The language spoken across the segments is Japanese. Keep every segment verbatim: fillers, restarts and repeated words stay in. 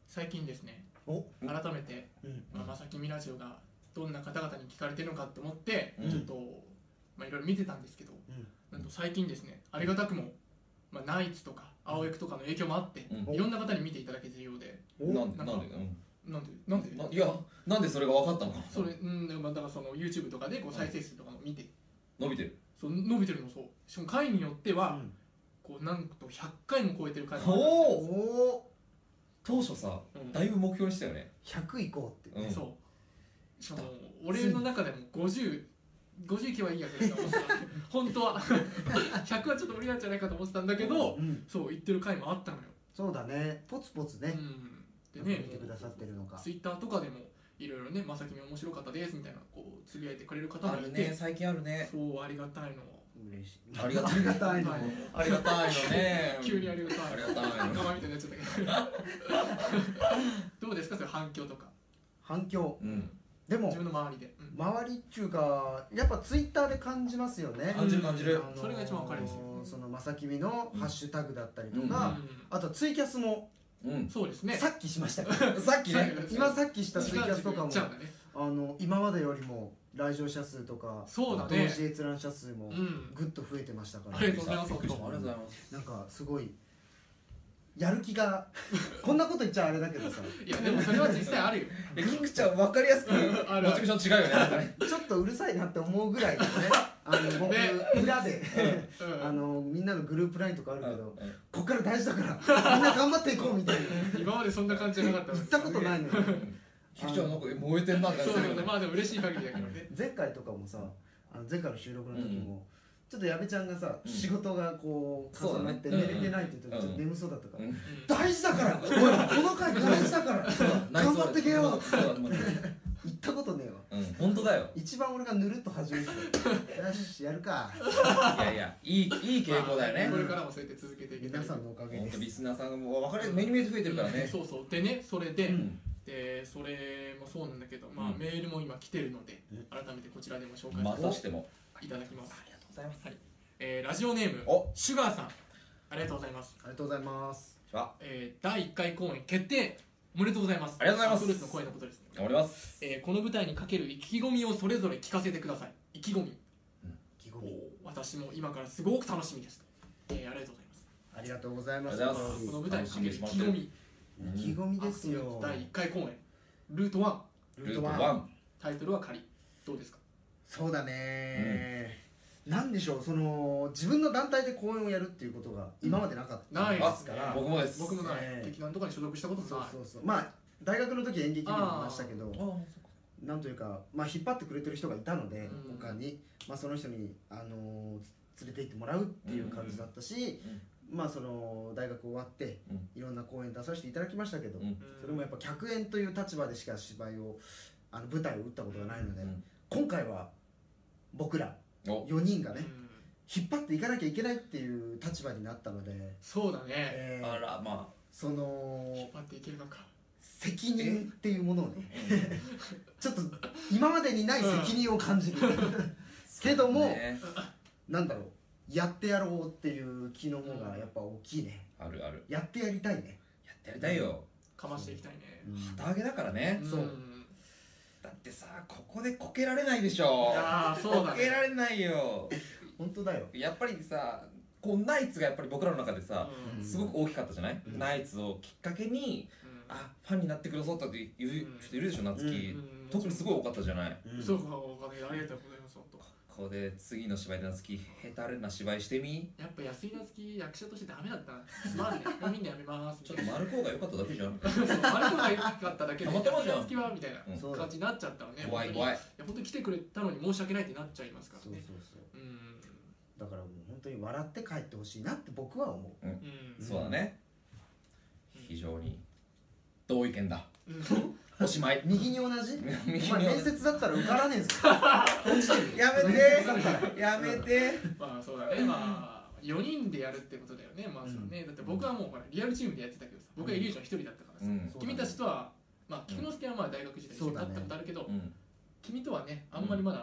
最近ですね、 お改めて、 うんまあ、まさきみラジオがどんな方々に聞かれてるのかって思って、 うんちょっと、まあ、いろいろ見てたんですけど、 うんなんと最近ですね、ありがたくも、まあ、ナイツとか青エクとかの影響もあって、 うんいろんな方に見ていただけてるようで、 おなんでなかなんんでうんなんでなんでないやなんでそれが分かったのかな。 それ、うん、まあだからその YouTube とかでこう再生数とかも見て、 伸びてる。 そう伸びてるの。そうしかも回によっては、 うんこうなんとひゃっかいも超えてる回もある。 おお。 お当初さうんだいぶ目標にしたよね。 ひゃくいこうってうんそうしかも俺の中でもごじゅう、ごじゅういけばいいやぐらいと思ってた本当はひゃくはちょっと無理なんじゃないかと思ってたんだけど、 うんそう言ってる回もあったのよ。 そうだねポツポツねうん、でね見てくださってるのかツイッターとかでもいろいろね、まさきみ面白かったですみたいなこうつぶやいてくれる方あるもいて、 ね最近あるね。 そうありがたいの。 嬉しいありがたいありがたいのはいありがたいのね。 急にありがたいありがたいの。 仲間みたいになっちゃったけどどうですかそれ反響とか、 反響うん。 でも自分の周りで、うん周りっていうかやっぱツイッターで感じますよね感じる感じる。 あのーそれが一番わかりやすいそのまさきみのハッシュタグだったりとうんか、 うあとツイキャスもん、 うん。 そうですね。 さっきしましたからさっきね。 今さっきしたツイキャスとかも違うんだね。 あの今までよりも来場者数とかそうだね同時閲覧者数もうんぐっと増えてましたから、 ありがとうございますびっくりしたありがとうございます。 なんかすごいやる気がこんなこと言っちゃあれだけどさいやでもそれは実際あるよ。 えキクちゃん分かりやすくモチベあるあるーション違うよね。なんかねちょっとうるさいなって思うぐらいですねあの僕、 ね裏でうんあのみんなのグループラインとかあるけど、 うんこっから大事だからみんな頑張っていこうみたいな今までそんな感じじゃなかった言ったことないのよキクちゃんなんかえ燃えてんなってそうだね。 感じするよね。 まあでも嬉しい限りだけどね。 前回とかもさあの前回の収録の時も、 うんちょっと矢部ちゃんがさ、 うん仕事がこうそうだね重なって寝れてないって言ってちょっとうん眠そうだったから、 うん大事だからおいこの回大事だから頑張ってけよってそうだね言ったことねえわうん本当だよ。 一番俺がぬるっと始めてたよしやるかいやいやいいいい傾向だよねまあこれからもそうやって続けていけたら皆さんのおかげです本当リスナーさんがもう分かる目に見えて増えてるからね。 そうそうでね、それで、 うんでそれもそうなんだけど、まあうんメールも今来てるので、 うん改めてこちらでも紹介まさたしてもせていただきます。 ありがとうございます。 はい、えーラジオネームおシュガーさん、ありがとうございます。 ありがとうございますあえーだいいっかい公演決定おめでとうございます。 ありがとうございますアクルスの声のことですね。 頑張ります。 えーこの舞台にかける意気込みをそれぞれ聞かせてください。意気込み、 意気込み私も今からすごく楽しみです、えーありがとうございます。 ありがとうございますありがとうございますこの舞台にかける意気込み、 意気込みですよだいいっかい公演ルートワン、 ルートワン。 タイトルは仮、どうですか？ そうだね、なんでしょうその自分の団体で公演をやるっていうことが今までなかったないですねから、 僕もです。 僕もない、 えー劇団とかに所属したこともない。 そうそうそうまあ大学の時演劇部にいましたけどああそっか。 なんというか、まあ、引っ張ってくれてる人がいたので、 うん他に、まあ、その人に、あのー連れて行ってもらうっていう感じだったし、まあその大学終わってうんいろんな公演出させていただきましたけど、 うんそれもやっぱ客演という立場でしか芝居をあの舞台を打ったことがないので、 うん今回は僕らおよにんがね、 うん引っ張っていかなきゃいけないっていう立場になったので、 そうだね、 えーあらまその引っ張っていけるのか。 責任っていうものをねちょっと今までにない責任を感じる、けども、 ねなんだろうやってやろうっていう気の方がやっぱ大きいね、 あるある。 やってやりたいね、 やってやりたいよ。 かましていきたいね。 旗揚げだからね。 そうんだってさここでこけられないでしょ。 いやーそうだねこけられないよ。 本当だよ、 やっぱりさこうナイツがやっぱり僕らの中でさうんすごく大きかったじゃない、 うんナイツをきっかけにうんあファンになってくださったっていう人いるでしょ夏希、 うん特にすごい多かったじゃない。 うんそうかお金ありがとうございます本当。 ここで次の芝居で夏希ヘタレな芝居してみ。 やっぱ安井夏樹役者としてダメだったな。すまんね。みんなやめます。 ちょっと丸子が良かっただけじゃん。 そう丸子が良かっただけでたまたまじゃん安井夏樹はみたいなうんそうだ感じになっちゃったのね。い。 怖い怖い。 いや本当に来てくれたのに申し訳ないってなっちゃいますからそうね。 そうそううんだからもう本当に笑って帰ってほしいなって僕は思ううんそうだね。非常に同意見だ。 うんおしまい。 右に同じ右にお前面接だったら受からねえぞ落ちてるやめ面接だったらてやめて。 まあそうだね。まあよにんでやるってことだよね。まあそうね。だって僕はもうほらリアルチームでやってたけどさ。僕はイリュージョン一人だったからさ。 うんそうだね君たちとはまあ菊之助はまあ大学時代一緒に会ったことあるけど、 うん君とはねあんまりまだ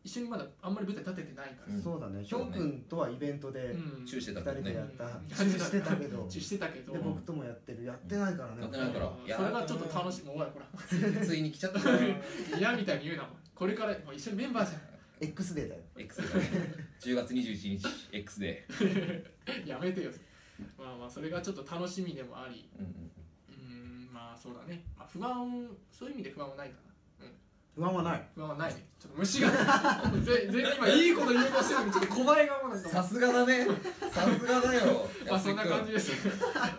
一緒にまだあんまり舞台立ててないから、 うんそうだねひょうくんとはイベントでうんチューしてふたけどねたりでやったうんしてたけどチューしてたけどで僕ともやってるやってないからねやってないからうんそれがちょっと楽しいもうおいほらついに来ちゃったな嫌みたいに言うなもんこれからもう一緒にメンバーじゃ X デーだよ X デーだねじゅうがつにじゅういちにち X デーんやめてよまあまあそれがちょっと楽しみでもありうんうんうーんまあそうだね、まあ、不安そういう意味で不安はないかな不安はない不安はないねちょっと虫がぜ全然今いいこと言おうとしてるのにちょっと小前がもうなんかさすがだねさすがだよまあそんな感じですはい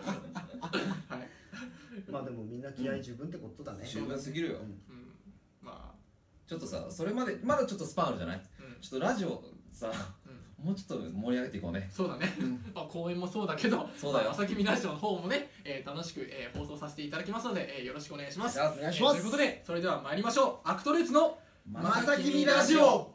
まあでもみんな気合十分ってことだね十分すぎるようんうんまあちょっとさそれまでまだちょっとスパンあるじゃないうんちょっとラジオさもうちょっと盛り上げていこうねそうだね、まあ、公演もそうだけどそうだよまあ朝君ラジオの方もね、えー楽しく、えー放送させていただきますので、えーよろしくお願いしますじゃあお願いしますえーということでそれでは参りましょうアクトルーツのまさきみラジオ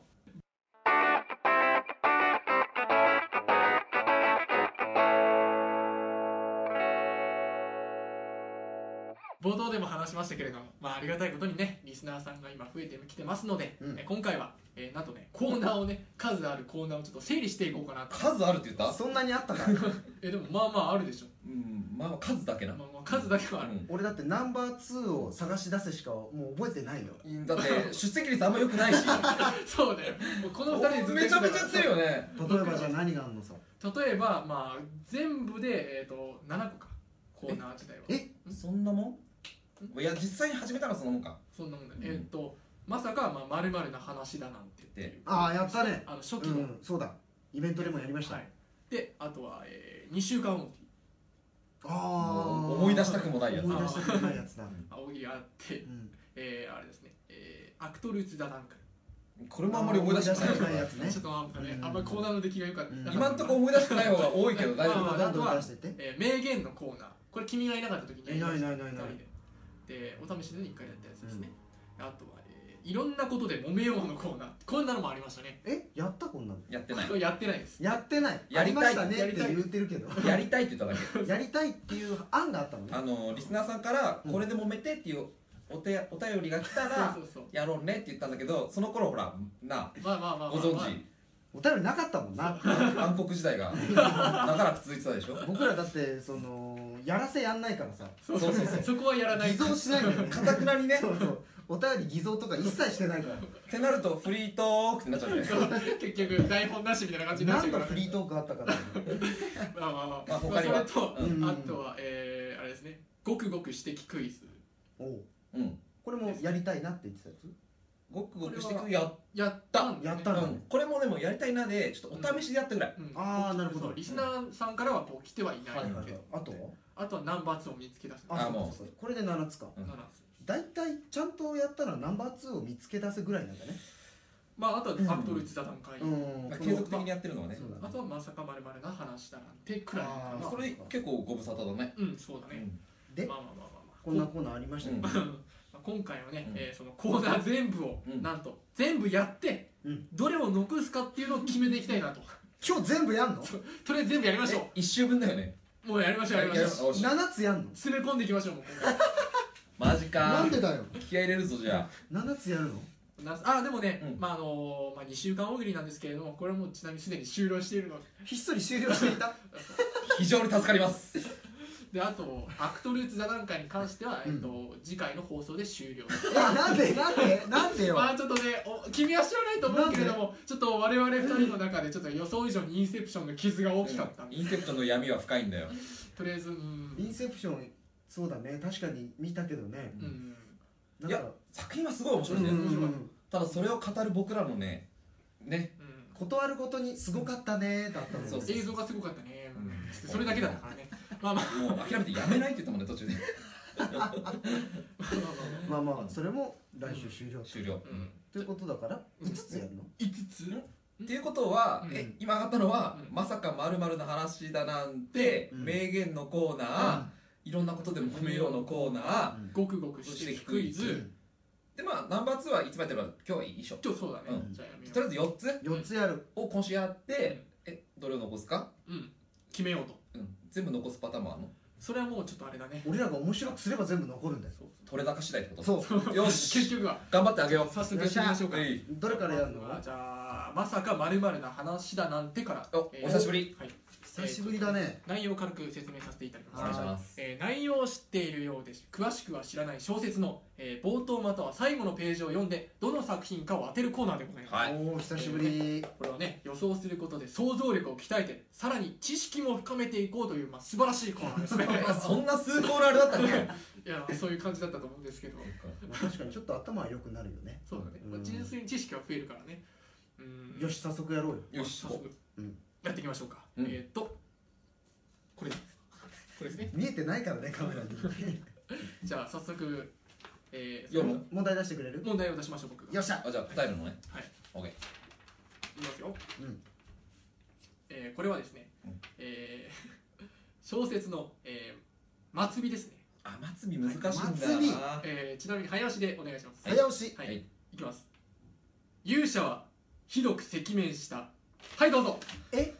冒頭でも話しましたけれども、まあ、ありがたいことにねリスナーさんが今増えてきてますので、 うんえー今回は、えーなんとねコーナーをね数あるコーナーをちょっと整理していこうかなと数あるって言ったそんなにあったかえーでもまあまああるでしょ、 うんまあ数だけなまあ、まあ数だけはある、 う俺だってナンバーツーを探し出せしかもう覚えてないよんだって出席率あんま良くないしそうだよもうこのふたりでずっとめちゃめちゃやってるよね例えばじゃあ何があんのさ例えばまあ全部で、えー、とななこかコーナー自体はえそんなもんいや実際に始めたらそんなもんかそんなもんだね、 うんえっ、とまさかまあ〇〇な話だなんてっていうああやったねあの初う期の、 んそうだイベントでもやりましたはい、であとは、えー、にしゅうかんおきああ思い出したくもないやつ思い出したくもないやつだ仰ぎがあって、 うんえー、あれですね、えー、アクトルーツ座談会これもあんまり思い出したくない思い出したくないやつねちょっとなんかね、 うんあんまりコーナーの出来が良かった、 うん今んとこ思い出してない方が多いけど大丈夫まあどんどん出してってえー、名言のコーナーこれ君がいなかった時にやりましたいないいないいないいないふたりででお試しでいっかいやったやつですね、あとは、えー、いろんなことで揉めようのコーナーこんなのもありましたねえやったこんなのやってないこれやってないですやってないやりたいありましたねって言ってるけどやりたいって言っただけやりたいっていう案があったのねあのリスナーさんからこれで揉めてっていうお手お便りが来たらそうそうそうやろうねって言ったんだけどその頃ほらなまあまあまあまあ、 ご存知お便りなかったもんな暗黒時代が長らく続いてたでしょ僕らだってそのやらせやんないからさそうそうそうそこはやらない偽造しないんだよねかたくなにねそうそうお便り偽造とか一切してないからってなるとフリートークってなっちゃうじゃないですか結局台本なしみたいな感じになっちゃうから何のフリートークあったかなまあまあまあ、 まあまあ、 他にはそれと、 うんあとは、えー、あれですねごくごく指摘クイズおううんこれもやりたいなって言ってたやつごくごくしてくやっやったんですねやったのうんこれもでもやりたいなでちょっとお試しでやったぐらいうんあーなるほどそうリスナーさんからはこう来てはいないはいはいはいけど、 あとはあとはナンバーツーを見つけ出すあもうそうそうそうこれでななつかうんそうなんです大体ちゃんとやったらナンバーツーを見つけ出すぐらいなんだねまああとはアクトルーツ座談会、 うんまあ継続的にやってるのはねそうだねあとはまさかまるまるな話だなんてくらいかなあーそれ結構ご無沙汰だねうんそうだね、 でまあまあまあまあまあこんなコーナーありましたけどうんまあ今回はね、 うんえーそのコーナー全部を、 うんなんと全部やって、 うんどれを残すかっていうのを決めていきたいなと今日全部やんのとりあえず全部やりましょえ一周分だよねうもうやりましょうやりましょうやりましょうななつやんの詰め込んでいきましょうもう今回マジかなんでだよ気合い入れるぞじゃあななつやるのなあでもね、 うんまああのまあ、にしゅうかん大喜利なんですけれどもこれもちなみにすでに終了しているのでひっそり終了していた非常に助かりますであとアクトルーツ座談会に関しては、 うんえっと、次回の放送で終了えなんでなんでなんでよまあちょっとねお君は知らないと思うけれどもちょっと我々ふたりの中でちょっと予想以上にインセプションの傷が大きかったんで、 インセプトの闇は深いんだよとりあえずうんインセプションそうだね確かに見たけどねうんなんかいや作品はすごい面白いんだよ、 うんうんうんただそれを語る僕らのねねうん断るごとにすごかったねだったもんそうそう映像がすごかったね、 うんそれだけだったからねまあまあもう諦めてやめないって言ったもんね途中でまあまあそれも来週終了終了、 うんということだからいつつやるのいつつっていうことは、 うんえ今上がったのは、 うんまさかまるの話だなんて、 うん名言のコーナー、いろんなことで揉めようのコーナー、 ごくごく指摘クイズ、 うんでまあナンバーツーはいつまでやってるか今日はいいっしょ今日そうだね、 うんじゃあやめよとりあえずよっつよっつやるを今週やって、えどれを残すか、 ううん決めようとうん、全部残すパターンもあるのそれはもうちょっとあれだね。 俺らが面白くすれば全部残るんだよ。 取れ高次第ってことそうよし結局は頑張ってあげよう早速やってみましょうか。 はいどれからやるの？ じゃあまさかまるまるな話だなんてから。 おお久しぶり。 はい。 久しぶりだね。 内容を軽く説明させていただきます。 お願いします。 えー内容を知っているようで詳しくは知らない小説の、えー冒頭または最後のページを読んでどの作品かを当てるコーナーでございます。 はいおお久しぶり。 これをね予想することで想像力を鍛えてさらに知識も深めていこうという、まあ、素晴らしいコーナーですねそんな崇高なあれだったっけいやそういう感じだったと思うんですけどまあ確かにちょっと頭は良くなるよね。 そうだね、 うん純粋に知識が増えるからね。うんよし早速やろうよ。 よし早速、 うんやっていきましょうか、 うんえー、っとこれこれですね。 見えてないからねカメラに。 じゃあ早速、えー、 読む問題出してくれる？ 問題を出しましょう。僕がよっしゃ。 あじゃあ答えるのねはいオッケいきますよ、 うん。 えー、これはですね、 うんえー、小説の、えー、末尾ですね、 ーあ末尾難しいんだ末尾なえー、ちなみに早押しでお願いします。 早押し。 はい、 はいい、きます。勇者はひどく赤面した。はいどうぞ。 え？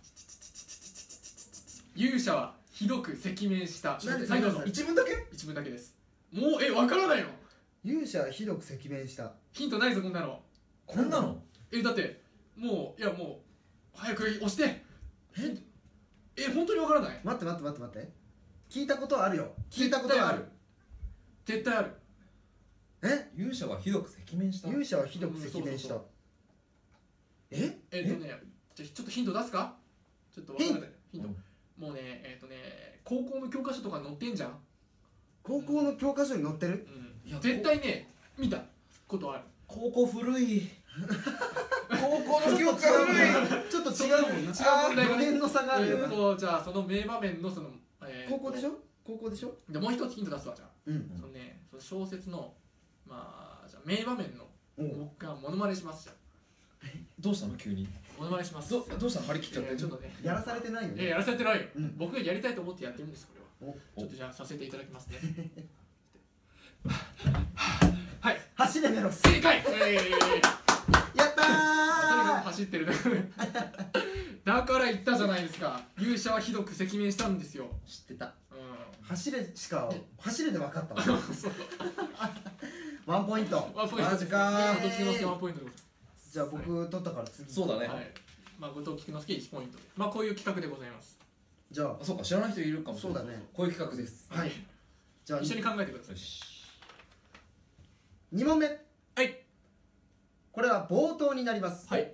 勇者はひどく赤面した。 なんではいどうぞ。 なんで一文だけ一文だけです。もうえわからないの。 勇者はひどく赤面した。 ヒントないぞこんなの。 こんなのえだってもういやもう早く押して。ええ本当にわからない。 待って待って待って待って。聞いたことはあるよ。聞いたことはある。 絶対ある。 え？ 勇者はひどく赤面した勇者はひどく赤面したうん。 え？ えっとねじゃあちょっとヒント出すか。ちょっとわからないヒント。もうねえっとね高校の教科書とかに載ってんじゃん。 高校の教科書に載ってる？ うんいや絶対ね見たことある。 高校古い高校の記憶が古いちょっと違うもんな。 違う問題がね画面の差があるよな。 えーとじゃあその名場面のその、えー高校でしょ？高校でしょ？ でもう一つヒント出すわじゃあ、 うん。 そのねその小説のまあじゃあ名場面のおう僕がモノマネしますじゃどうしたの急にあモノマネします。 どどうしたの張り切っちゃってえーちょっとねやらされてないよね。 えーやらされてないよ、 うん僕がやりたいと思ってやってるんですこれは。 おちょっとじゃあさせていただきますねはい走れメロス。 正解、えーやったとにかくー。 走ってるだから言ったじゃないですか。勇者はひどく赤面したんですよ。 知ってたう走れしか走れで分かったわ。 んそうワンポイント。 ワンポイントマジかー後藤菊之助ワンポイントでございじゃあ僕取ったから次。 そうだねます。はい。まあ後藤菊之助いちポイントで、まあこういう企画でございます。 じゃああそうか知らない人いるかもしれないそうだねこういう企画ですはい。じゃあ一緒に考えてください。 よしに問目。 はいこれは冒頭になります。 はい。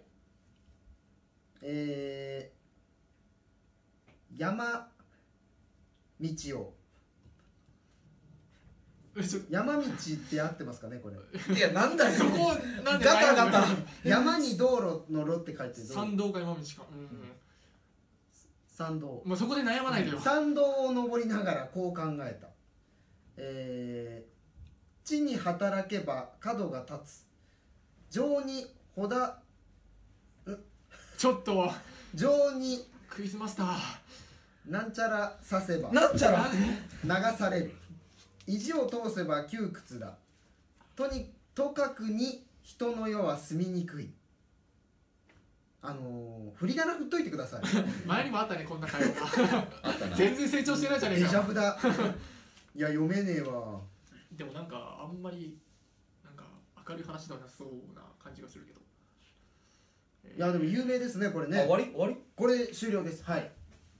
えー、山道をえちょ山道って合ってますかねこれ。 いやなんだよそこなんでガタガタ山に道路の路って書いてる。 参道か山道か。うん参道うん。。もうそこで悩まないでよ。 参道を登りながらこう考えた。えー、地に働けば角が立つ。情にほだちょっと情にクイズマスター。 なんちゃらさせばなんちゃら流される。意地を通せば窮屈だ。とにとかくに人の世は住みにくい。あのー、振り仮名振っといてください。 前にもあったねこんな会話あったな全然成長してないじゃねえか。 デジャブだ。いや読めねえわ。 でもなんかあんまりなんか明るい話ではなさそうな感じがするけど。 いやでも有名ですねこれあね。 終わり終わりこれ終了です。はい。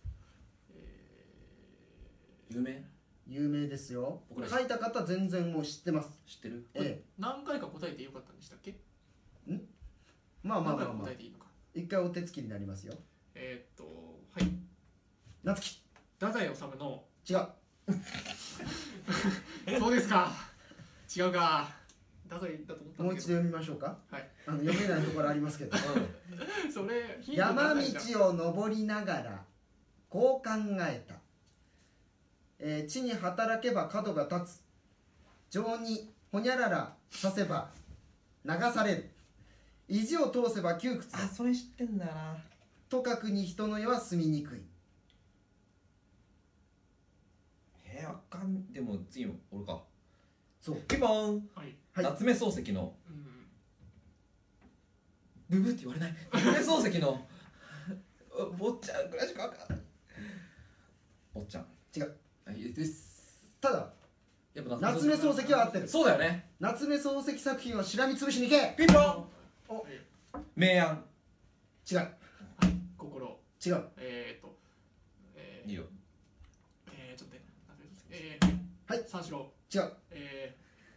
有名有名ですよ。 僕ら書いた方全然もう知ってます。 知ってるええ。 何回か答えてよかったんでしたっけ？ まあまあまあまあ何回か答え。ていいのか。 一回お手つきになりますよ。 えー、っとはい。 なつき。 太宰治の違う。 そうですか。違うか。太宰だと思ったんもう一度だけど。 読みましょうか。 はい。 あの読めないところありますけど。 それヒントにな山らないじゃん道を登りながらこう考えた。えー地に働けば角が立つ。情にほにゃららさせば流される。意地を通せば窮屈だ。 あそれ知ってんだよなとかくに人の世は住みにくい。 えー、あかんでも次も俺かそう。 ピンポーンはい。 はい夏目漱石のうん。 ブブって言われない夏目漱石の坊ちゃんぐらいしかわかんない坊ちゃん違う。 はいですただやっぱ夏目漱石は合ってる。 そうだよね。 夏目漱石作品をしらみつぶしに行け。 ピンポンお明暗違う心違うえーとえーいいよえーちょっとねえーはい三四郎違うえ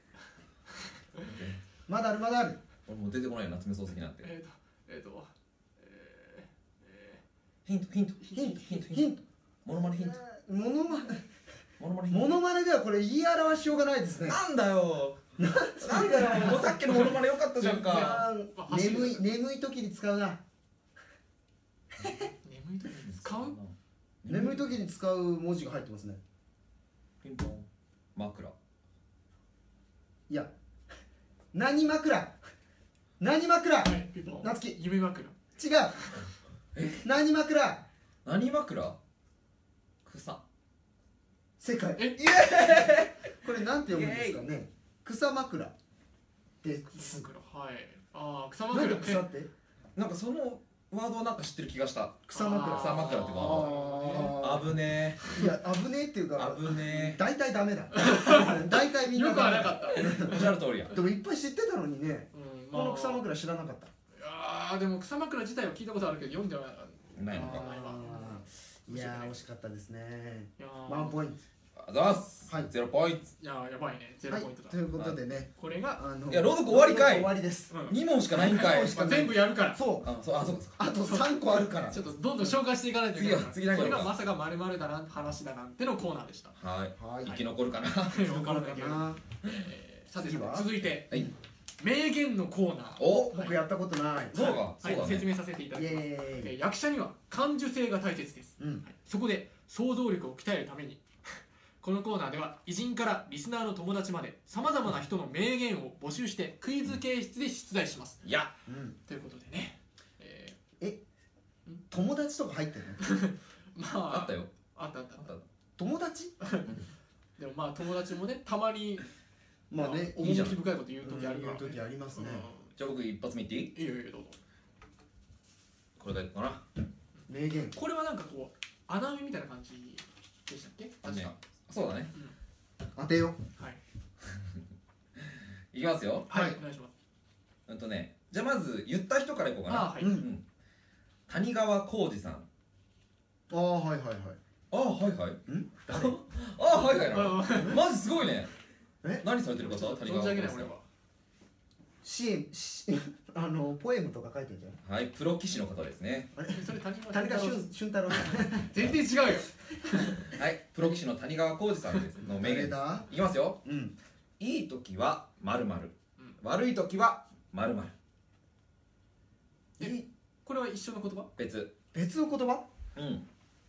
まだあるまだある。 俺もう出てこないよ夏目漱石なんてーえーとえーとえーえヒントヒントヒントヒントヒントモノマネヒントモノマネモノマネヒントモノマネではこれ言い表しようがないですね。 なんだよなんだよもうさっきのモノマネ良かったじゃんかあー眠い眠い時に使うな。 ー眠い時に使う眠い時に使う文字が入ってますね。 ピンポン枕いや何枕何枕違うはいピンポン夏希夢枕何枕何枕草正解。 えこれなんて読むんですかね。草枕です草枕はいああ草なん枕で草ってなんかそのワードはなんか知ってる気がした草枕。 草枕っていうかあ危ねいや危ねえっていうかえ危ね大体ダメだ大体みんなよくはなかっったえおっしゃる通りやた。でもいっぱい知ってたのにね。 うんこの草枕知らなかった。 ああでも草枕自体は聞いたことあるけど読んではないのかあーないわいやー惜しかったですね。 いやーワンポイント。 あざーすはいゼロポイントいやーやばいねゼロはいポイントだ、 ということでねこれが、 あのいや朗読終わりかい終わりです。 うんに問しかないんかいまあ、全部やるからそうあそうあそうかそうかあとさんこあるから。 ちょっとどんどん紹介していかないといけないから次は次何これやろうかがまさかまるまるだな話だなんてのコーナーでしたはいはい生き残るかなわからないけど、 なえーさて次は続いてはい名言のコーナーお僕やったことない。 そうかはいそうだね説明させていただイきます、 エえーイ。 ー役者には感受性が大切です、 うんはいそこで想像力を鍛えるためにこのコーナーでは偉人からリスナーの友達までさまざまな人の名言を募集してクイズ形式で出題しますいやうんということでね、え友達とか入ってるの？ ー、まああったよあったあったあった友達？ でもまあ友達もねたまにまあねいいじゃん趣深いこと言う時あるから、ね、 言う時ありますね。 じゃあ僕一発目いっていいうんいいよいいよどうぞこれがいいかな名言。 これはなんかこう穴埋めみたいな感じでしたっけ確か、 ねそうだね当てよはいいきますよはい、 はいお願いしますうんとねじゃあまず言った人からいこうかなあーはい、 う。う。 うんん谷川浩司さんああはいはいはい。 ああはいはいん？誰？ ああはいはいあはいマジすごいねえ何されてる方谷存じ上げない川浩司さん俺はシーエムしあのポエムとか書いてるじゃん。 はいプロ棋士の方ですねあれ？ それ谷川谷川俊俊俊太郎さん。 全然違うよはいプロ棋士の谷川浩司さんですの名言です誰だ？ いきますようん。 いい時は〇〇 うん悪い時は〇〇 えいいこれは一緒の言葉別別の言葉？ うん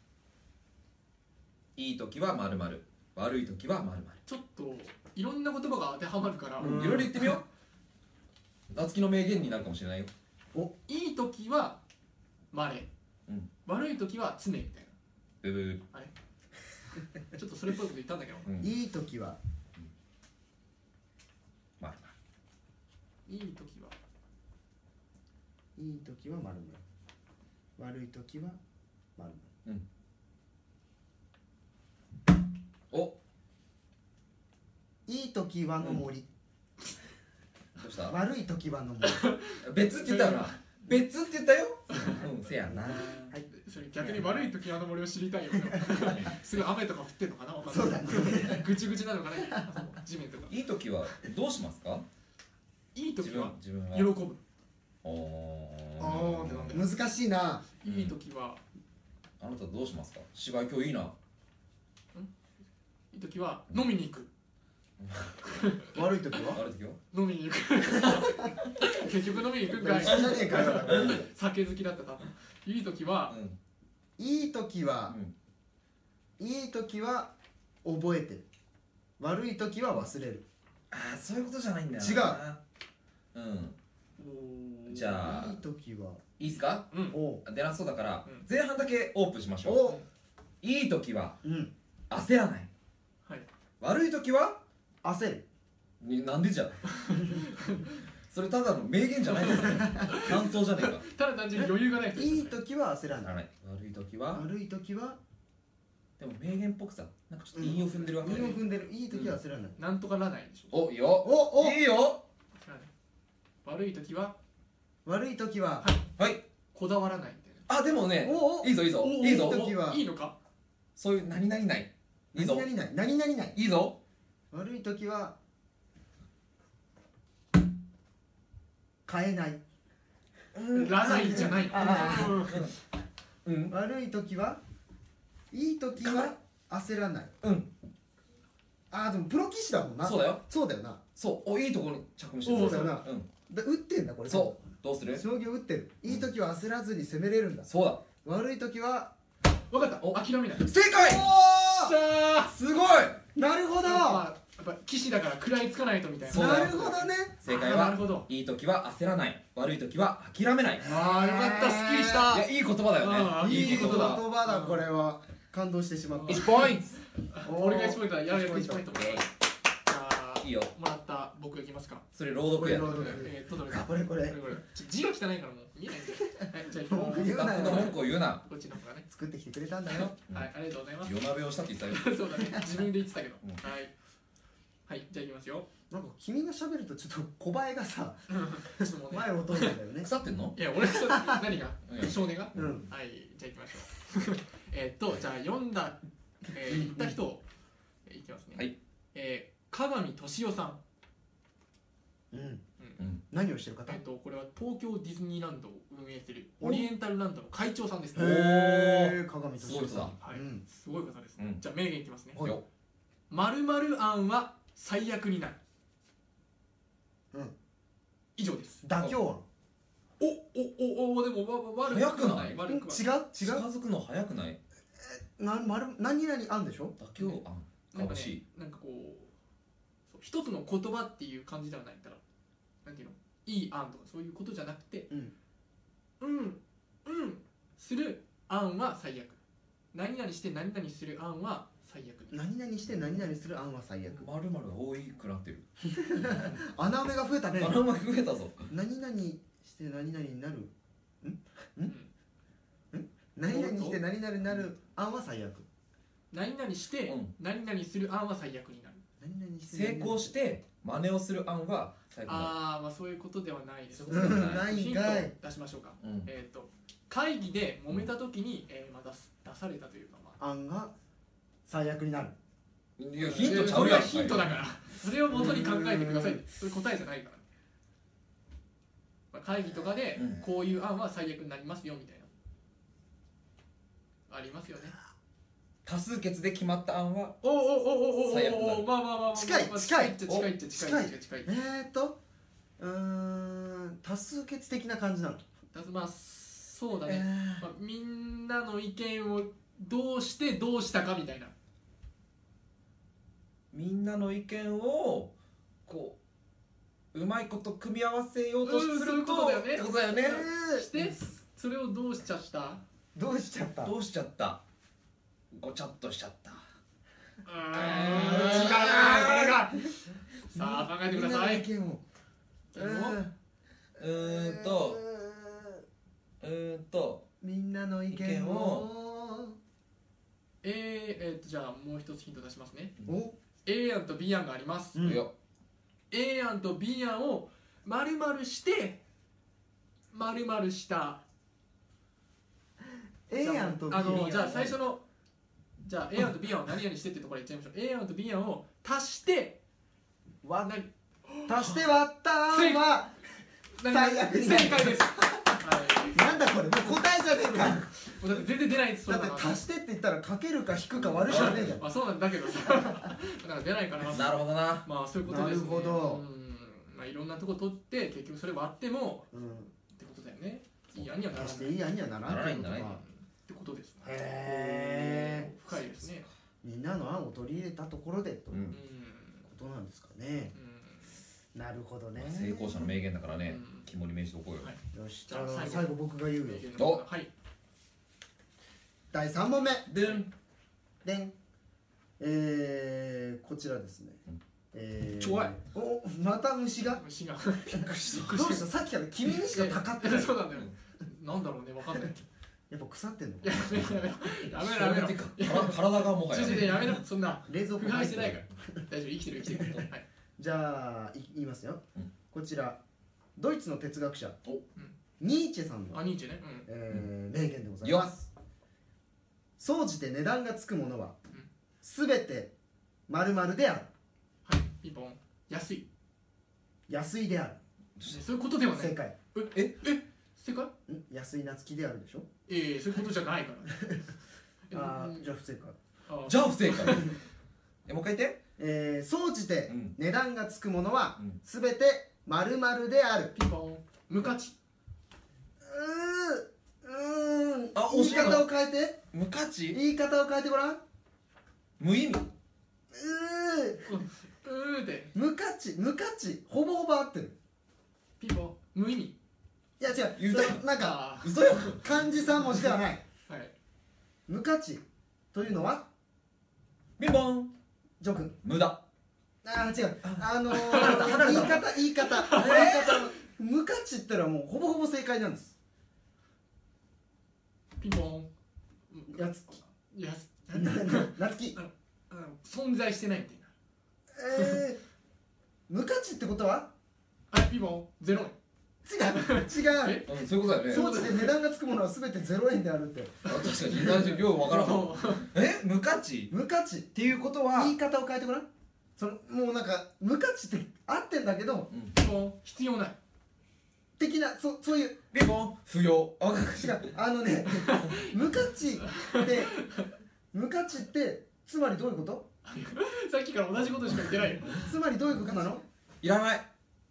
いい時は〇〇悪い時は〇〇 ちょっといろんな言葉が当てはまるから、 うんいろいろ言ってみよう夏希の名言になるかもしれないよいい時はまれ、 うん悪い時は常みたいブブーなちょっとそれっぽいこと言ったんだけどうんいい時はまあいい時はいい時は丸々。悪い時は丸々。 おいい時はの森。 どうした悪い時はの森。 別って言ったよな別って言ったようんせやなそれ逆に悪い時あの森を知りたいよすごい雨とか降ってんのかなわかんないそうだね。 ぐちぐちなのかなあの地面とかいい時はどうしますか自分いい時は自分は喜ぶおあーってなんだよー難しいな。 うんいい時はあなたどうしますか芝居今日いいないい時は飲みに行く悪い時は？ ある時は飲みに行く結局飲みに行くんかい一緒じゃねえかよ。 酒好きだった多分いい時はうんいい時はうんいい時は覚えてる。悪い時は忘れる。 ああそういうことじゃないんだよ違ううんおーじゃあいい時は。 いいっすかうんおう。 出なそうだからうん前半だけオープンしましょうお。 いい時はうん。 焦らないはい悪い時は焦る。 になんでじゃそれただの名言じゃないですよ感想じゃねえかただ単純に余裕がない人いい時は焦らない。 ならない悪い時は悪い時はでも名言っぽくさなんかちょっと韻を踏んでるわけだよね韻を踏んでるいい時は焦らない、 なんとからないでしょ。 おいいよおおいいよ悪い時は悪い時ははいこだわらないみたいあでもねおおいいぞいいぞおいいぞいい時はな。いいのか。 そういう何々ないいいぞ何々ない何々ないいいぞ悪い時は変えないらないじゃないの。 うん悪い時はいい時は焦らないうんあーでもプロ棋士だもんなそうだよそうだよなそうおいいところに着目してそうだよなうんだ打ってんだこれそうどうする将棋を打ってるいい時は焦らずに攻めれるんだそうだ悪い時は分かった。 お諦めない。 正解さあ。 すごいなるほどやっぱやっぱ騎士だから食らいつかないとみたいな。 そうだよなるほどね正解あーなるはほど。 いい時は焦らない悪い時は諦めないああよかった。すっきりした。 いやいい言葉だよあーねいい言いいことだ葉だこれは感動してしまったいちポイント俺がいちポイントだ。やべやべいちポイント。じえゃあいいよもらった僕いきますか。 それ朗読やこれ朗読えーとどれか。 これこれこれちょ字が汚いからもう見えないんで。はいじゃあいきます。 文句言うなよスタッフの文句を言うなこっちの方がね。 作ってきてくれたんだよはいありがとうございます。 夜鍋をしたって言ってたよそうだね。自分で言ってたけど。 うんはい。はいじゃあいきますよ。 なんか君が喋るとちょっと小映えがさちょっともうね。 前を通るんだよね腐ってんのいや俺そ何がうん少年が。 うんはいじゃあ行きましょう。えっとじゃあ読んだえー言った人をえーいきますね。 はい。 えー鏡俊夫さん。 うんうん何をしてる方えっとこれは東京ディズニーランドを運営するオリエンタルランドの会長さんですね。 おへえ鏡とすごい人だはいうんすごい方ですね。 うんじゃあ名言いきますね。 はいよまるまる案は最悪になる。 うん以上です。 妥協おおおおでもわわ悪くは早くない悪くは案違う近違うづくの早くないなまる何々あんでしょ妥協案なんかねが欲しいなんかこうそう一つの言葉っていう感じではないからなんていうのいい案とかそういうことじゃなくてうんうんうんする案は最悪何々して何々する案は最悪何々して何々する案は最悪まるまるが多いくなってる穴埋めが増えたねあらま増えたぞ何々して何々になるうん何々して何々になる案は最悪何々してうん何々する案は最悪になる何々して成功して真似をする案は最高だああまあそういうことではないですそういうことではうんないヒントんかい出しましょうかうんえっと会議で揉めた時にえーまあ出す出されたというかまあ案が最悪になるいやヒントちゃそうれはやんヒントだからそれを元に考えてくださいそれ答えじゃないから、まあ、会議とかでうんこういう案は最悪になりますよみたいなありますよね多数決で決まった案はおおおおおお最悪になるおまあまあまあまあ近いまあ近いっちゃ近いっちゃ近いっちゃ近いえーっとうーん多数決的な感じなのだまあそうだえね、まあ、みんなの意見をどうしてどうしたかみたいなみんなの意見をこううまいこと組み合わせようとすうんそういうることとだよねってことだよねーしてそれをどうしちゃしたどうしちゃったどうしちゃったごちゃっとしちゃったうーん違うなこれがさあ考えてくださいみんなの意見をでもうーんとうーんとみんなの意見意見をえー、えー、とじゃあもう一つヒント出しますねお A 案と B 案があります、 うんいいよ A 案と B 案を丸々して丸々した A 案と B あの案じゃあ最初のじゃあ A 案と B 案を何々してってところで言っちゃいましょう A 案と B 案を足してわ何足して割った案は何最悪になる正解ですはいなんだこれもう答えじゃねえかもうだって全然出ないですだって足してって言ったらかけるか引くか割るしかねえじゃんまあそうなんだけどさだから出ないからなるほどなまあそういうことですねなるほどうんまあいろんなとこ取って結局それ割ってもうんってことだよねいい案にはならない足していい案にはならんならないんだねってことかってことですねへ深いですねみんなの案を取り入れたところでとういうんうんことなんですかねなるほどね成功者の名言だからねうん肝に銘じておこうよはいよしじゃあじゃあ最後最後僕が言うようんはいだいさん問目でんでんえー、こちらですねうんえーちょいおまた虫が虫がどうしたさっきから君にしかたかってないそうなんだよなんだろうねわかんないやっぱ腐ってんのやめろやめろやめろやめろてかから体がもはやちょちょちょやめろそんな冷蔵庫腐敗してないから大丈夫生きてる生きてるはいじゃあい言いますよ、 うんこちらドイツの哲学者おニーチェさんの、 あニーチェねうんえー名言でございます総じて値段がつくものはうんすべて丸々であるはいピンポン安い安いであるそういうことではない正解ええ正解ん安い夏木であるでしょええそういうことじゃないからあーじゃあ不正解あじゃあ不正解えもう一回言ってえー総じてうん値段がつくものはうんすべて丸々であるピンポン無価値うーうーんあ言い惜しいな方を変えて無価値言い方を変えてごらんう無意味ーうーで無価値無価値ほぼほぼ合ってるピンポン無意味いや違う言うたそれなんかあ嘘やん漢字さん文字ではないーはい無価値というのはピンポンジョー君無駄あー違うあのー、 離れた言い方言い方言い方無価値ってのはもうほぼほぼ正解なんですピンポンやつやすな夏希あの存在してないみたいなえー、無価値ってことははいピンポンゼロ円違う違うえうんそういうことだよねそうして値段がつくものは全てゼロえんであるってあ確かに大丈夫ようわからんわえ無価値無価値っていうことは言い方を変えてごらんそのもうなんか無価値って合ってんだけどうんピンポン必要ない的なそそういうピンポン不要あ違うあのね無価値って無価値ってつまりどういうことさっきから同じことしか言ってないよつまりどういうことなのいらない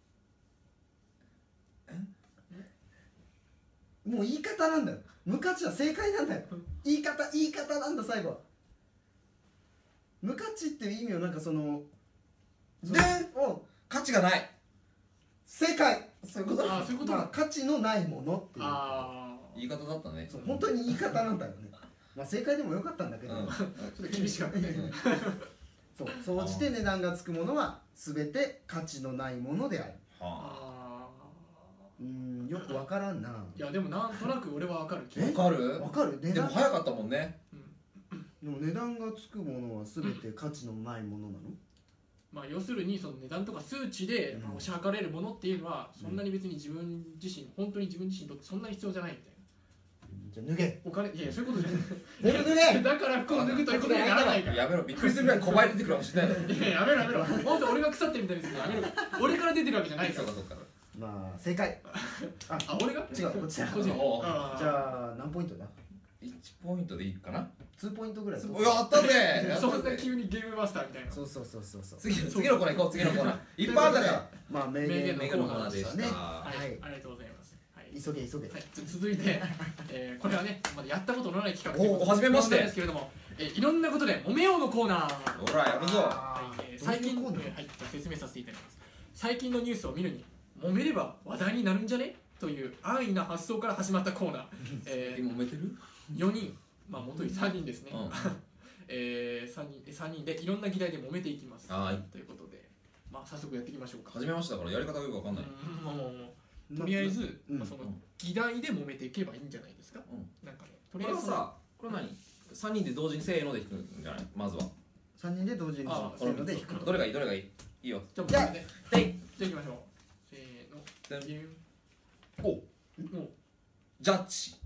もう言い方なんだよ無価値は正解なんだよ言い方言い方なんだ最後は無価値っていう意味をなんかそのでお価値がない正解そういうことあーそういうことかまあ、価値のないものっていうああ言い方だったねそう本当に言い方なんだよねまあ正解でもよかったんだけど、 うんちょっと厳しかったねそう総じて値段がつくものは全て価値のないものであるはあうーんよくわからんないやでもなんとなく俺はわかる気あえわかるわかる値段でも早かったもんねでも値段がつくものは全て価値のないものなのまあ要するにその値段とか数値でうんまあ推し量れるものっていうのはそんなに別に自分自身本当に自分自身にとってそんなに必要じゃないみたいなじゃあ脱げお金いやそういうことじゃない全部脱げだから服を脱ぐということにはならないからやめろびっくりするぐらい小林出てくるかもしれないのいややめろやめろ本当俺が腐ってるみたいですけどやめろ俺から出てるわけじゃないからそうかそうかまあ正解ああ俺が違うこっちだ個人おうあーじゃあ何ポイントだいちポイントでいいかなにポイントぐらい取っやったぜやったそんなぜ急にゲームマスターみたいなそうそうそうそうそう次の次のコーナー行こう次のコーナーいっぱいあったからまあ名名言言のコーナーでしたねはい、 はいありがとうございます、はい急げ急げはい、続いて、えー、これはねまだやったことのない企画というおことはじめましてなんですけれども、えー、いろんなことで揉めようのコーナーほらやるぞはいえー最近どういうコーナーえーはい、じゃあ説明させていただきます最近のニュースを見るに揉めれば話題になるんじゃねという安易な発想から始まったコーナー、え今揉めてるー、よにんまあ元にさんにんですね、 うんえー、さんにんでさんにんでいろんな議題で揉めていきますはいということでまあ早速やっていきましょうか始めましたからやり方がよくわかんないうんもうとりあえず、 うんまあ、その議題で揉めていけばいいんじゃないですか、 うんなんかねとこりあえずれはさこれ何さんにんで同時にせーので引くんじゃないまずはさんにんで同時にあせーので引くどれがいいどれがいいいいよじゃあじゃあ僕ねでいじゃあいきましょうせーのでビューおンもうジャッジ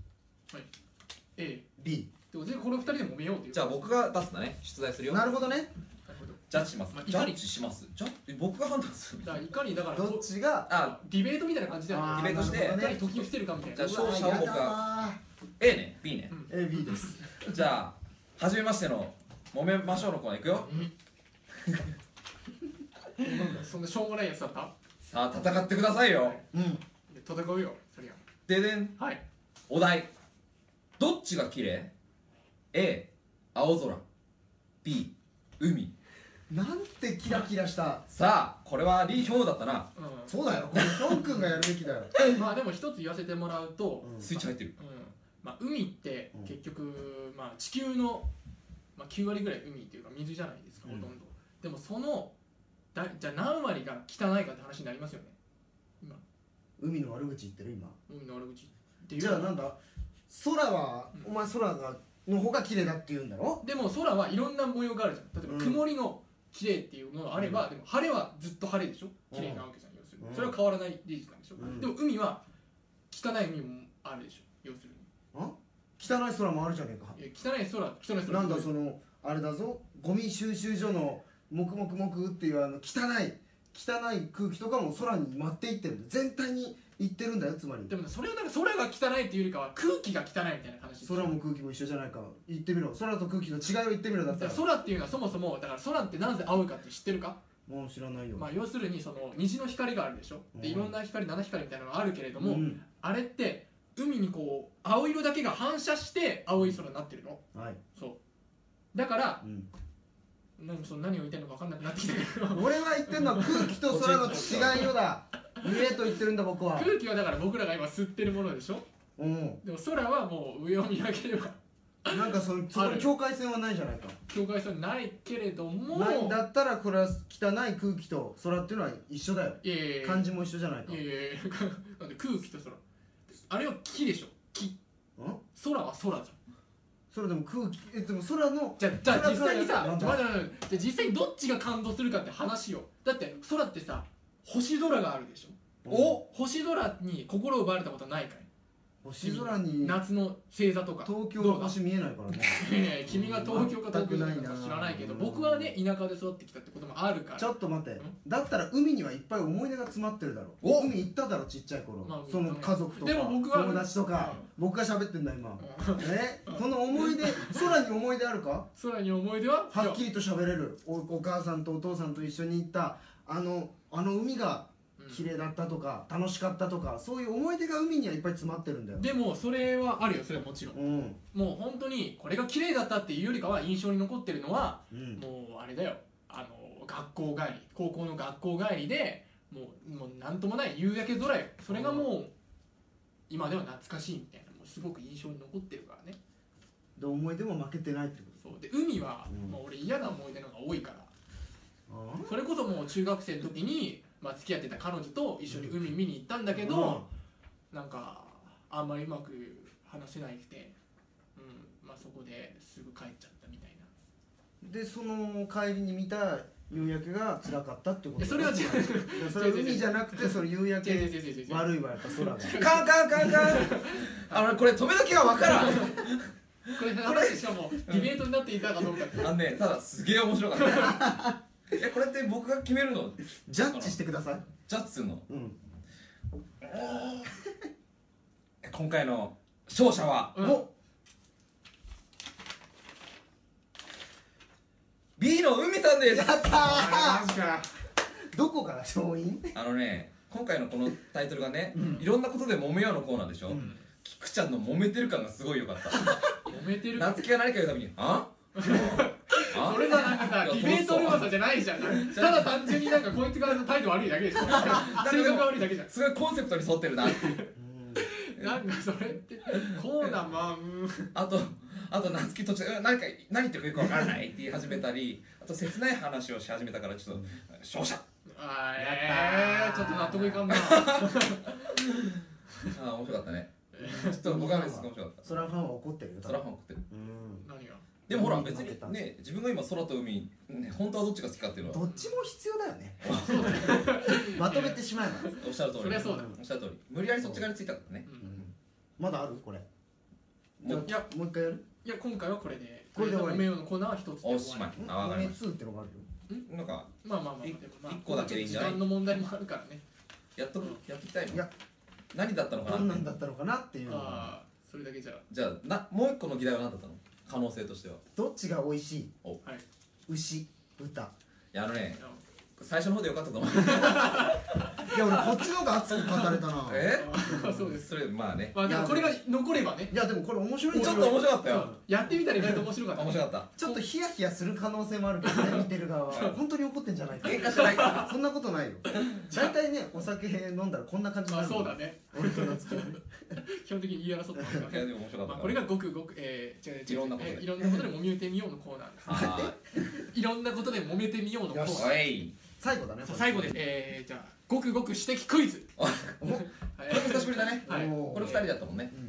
A B でも全然これをふたりで揉めようっていうじゃあ僕が出すんだね出題するよなるほどねなるほどジャッジしますまあいかにジャッジしますジャッえ僕が判断するだからいかにだからどっちがあディベートみたいな感じだよあねディベートしてなるほどねいかに解き伏せるかみたいなじゃあ勝者を僕がが A ね B ね A B ですじゃあ初めましての揉めましょうのコーナーいくよそんなしょうもないやつだったさあ戦ってくださいようんで戦うよそりゃででんはいお題どっちが綺麗 A 青空 B 海なんてキラキラしたさあこれはリーヒョンウだったなうそうだよこれヒョン君がやるべきだよんまあでも一つ言わせてもらうと、 うんスイッチ入ってるうんまあ、海ってうん結局、まあ、地球の、まあ、きゅう割ぐらい海っていうか水じゃないですか、 うんほとんどでもそのだじゃあ何割が汚いかって話になりますよね今海の悪口言ってる今海の悪口っていうじゃあなんだ空はお前空がの方が綺麗だって言うんだろ。 でも空はいろんな模様があるじゃん。例えば曇りの綺麗っていうのがあれば、でも晴れはずっと晴れでしょ、綺麗なわけじゃん、要するにそれは変わらない事実なんでしょ、でも海は汚い海もあるでしょ、要するに汚い空もあるじゃねえか。 汚い空、汚い空なんだそのあれだぞ、ゴミ収集所のもくもくもくっていうあの汚い汚い空気とかも空に舞っていってるんだ、全体に行ってるんだよ、つまり。 でもそれはなんか空が汚いっていうよりかは空気が汚いみたいな話。 空も空気も一緒じゃないか、言ってみろ。空と空気の違いを言ってみろ。だったら空っていうのはそもそもだから空ってなぜ青いかって知ってるか。 もう知らないよ。 まあ要するにその虹の光があるでしょ、でいろんな光、七光みたいなのがあるけれども、 うん、 あれって海にこう青色だけが反射して青い空になってるの。 はい、 そうだから、 うん、 なんかその何を言ってるのか分かんなくなってきたけど俺は言ってるのは空気と空の違いよだ言えと言ってるんだ僕は。 空気はだから僕らが今吸ってるものでしょ、 うん、 でも空はもう上を見上げればなんかそのそこに境界線はないじゃないか。 境界線ないけれども、 ないんだったらこれは汚い空気と空っていうのは一緒だよ。 いやいやいや漢字も一緒じゃないか。 いやいやいやなんで空気と空、あれは木でしょ、木。 ん空は空じゃん。 それでも空気えでも空のじゃあじゃあ実際にさ、 なんだまだまだじゃあ実際にどっちが感動するかって話よ。だって空ってさ、星空があるでしょ。 お星空に心を奪われたことないかい。 星空に夏の星座とか東京の星見えないからね。 ね君が東京か東京か全くないな知らないけど、僕はね田舎で育ってきたってこともあるから。 ちょっと待って、だったら海にはいっぱい思い出が詰まってるだろう。 お海行っただろちっちゃい頃、 まあその家族とかでも僕は友達とか、僕が喋ってんだ今、えその思い出空に思い出あるか。 空に思い出ははっきりと喋れる。 お, お母さんとお父さんと一緒に行ったあのあの海が綺麗だったとか、楽しかったとか、そういう思い出が海にはいっぱい詰まってるんだよ。 でもそれはあるよ、それはもちろん、 うん、 もう本当にこれが綺麗だったっていうよりかは印象に残ってるのは、 うん、 もうあれだよ、あの学校帰り、高校の学校帰りでもうもうなんともない夕焼け空よ。それがもう今では懐かしいみたいな、もうすごく印象に残ってるからね。 で思い出も負けてないってこそうで海は、 うんもう俺嫌な思い出のが多いから、 と。 それこそもう中学生の時に、まあ、付き合ってた彼女と一緒に海見に行ったんだけど、なんかあんまりうまく話せなくて、うんまあ、そこですぐ帰っちゃったみたいな。 でその帰りに見た夕焼けが辛かったってこと。 えそれは違ういやそれは海じゃなくてそれ夕焼違う違うけ違う違う違う悪いわやっぱ空が。 カンカンカンカンあのこれ止め時がわからんこれ話しかもディベートになっていたかどうかって、 あのねただすげえ面白かったえこれって僕が決めるのジャッジしてください。 ジャッジするのうん。 今回の勝者は、 うんお B の海さんです。 やったー。 あれマジか。 どこから勝因？ あのね今回のこのタイトルがね、 うんいろんなことで揉めようのコーナーでしょ、 うん菊ちゃんの揉めてる感がすごい良かった揉めてる。 夏希が何か言うたびに「ああそれがなんかさ、 いやディベートの弱さじゃないじゃん。ただ単純になんかこいつが態度悪いだけでしょ。性格が悪いだけじゃん。 すごいコンセプトに沿ってるななんかそれってコーナーまあうんあとあと夏希途中で「何か何言ってるかよくわからない」って言い始めたり、あと切ない話をし始めたからちょっと「勝者!」 あえー、ちょっと納得いかんな。 ああ面白かったね。ちょっと僕はねすごい面白かった。 そらファンは怒ってるよ。 空ファン送ってる。 うん。 何が？ でもほら別にね自分が今空と海、ね、本当はどっちが好きかっていうのはどっちも必要だよね。まとめてしまえば。 おっしゃる通り。 そりゃそうだおっしゃる通り。無理やりそっち側についたからね。 ううんんまだあるこれ。 もういやもう一回やる？ いや今回はこれで。 これで終わり名誉のコーナーは一つで終わり。 おしまい。あわかりましツーってのがあるよ。 た。なんかまあまあまあ、 いでもまあ一個だけでいいんじゃない時間の問題もあるからね。 やっとやっていきたいの。 いや何だったのかどんなんな。 だったのかなっていうのが。 ああ、それだけじゃ。 じゃあなもう一個の議題は何だったの？可能性としては。 どっちが美味しい？ お。いはい。 牛、豚。 やあのね最初の方でよかったと思う。 いや俺こっちの方が熱く語れたな。 え？ あそうです。 それまあね。 まあでもこれが残ればね。 いやでもこれ面白いんじゃない？ ちょっと面白かったよ。 やってみたら意外と面白かった。 面白かった。 ちょっとヒヤヒヤする可能性もあるけどね、見てる側は本当に怒ってんじゃないか。 喧嘩してないから。 そんなことないよ。大体ねお酒飲んだらこんな感じになある。 そうだね。 俺と夏希はね。 基本的に言い争ってますからね。 いやでも面白かったから。 まあこれがごくごくえー違う違う違ういろんなことでえーいろんなことで揉めてみようのコーナーです。 はいろんなことで揉めてみようのコーナー。 よしおい。 最後だね。 さあ最後です。えーじゃあごくごく指摘クイズ。 おこはいれも久しぶりだね。 はいおーこれ二人だったもんね。 うん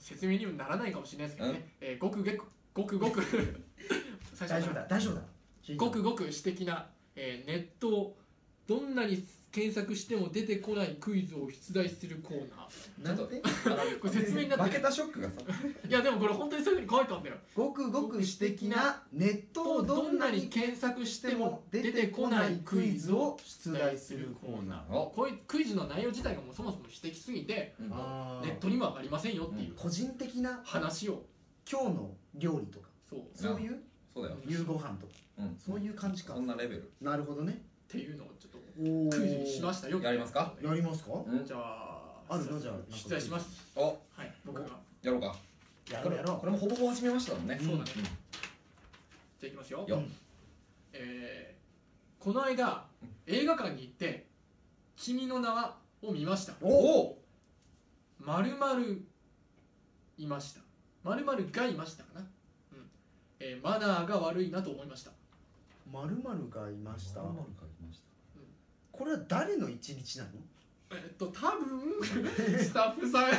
説明にもならないかもしれないですけどね、えー、ごくげくごくごく最大丈夫だ大丈夫だごくごく私的な、えー、ネットをどんなに検索しても出てこないクイズを出題するコーナー。 なんてこれ説明になってる。 負けたショックがさいやでもこれ本当にそういうふうに書いてあるんだよ。 ごくごく私的なネットをどんなに検索しても出てこないクイズを出題するコーナー。 おこういうクイズの内容自体がもうそもそも私的すぎて、 うんあーネットにもありませんよっていう個人的な話を、 今日の料理とかそうっそういうそうだよ夕ご飯とかうんそういう感じかそんなレベルなるほどねていうのをちょっとおクイズにしましたよ。 やりますかやりますかうんじゃああるのじゃあ出題します。 おはい、僕が。 やろうかこれやろうやろこれもほぼほぼ始めましたもんねそうだねんじゃあいきますよ。 よえー、この間映画館に行って「君の名は」を見ました。 おおまるまるいました。まるまるがいましたかな。うん。えー、マナーが悪いなと思いました。 まるまるがいましたまるまる書きましたこれは誰の一日なのえっと多分スタッフさん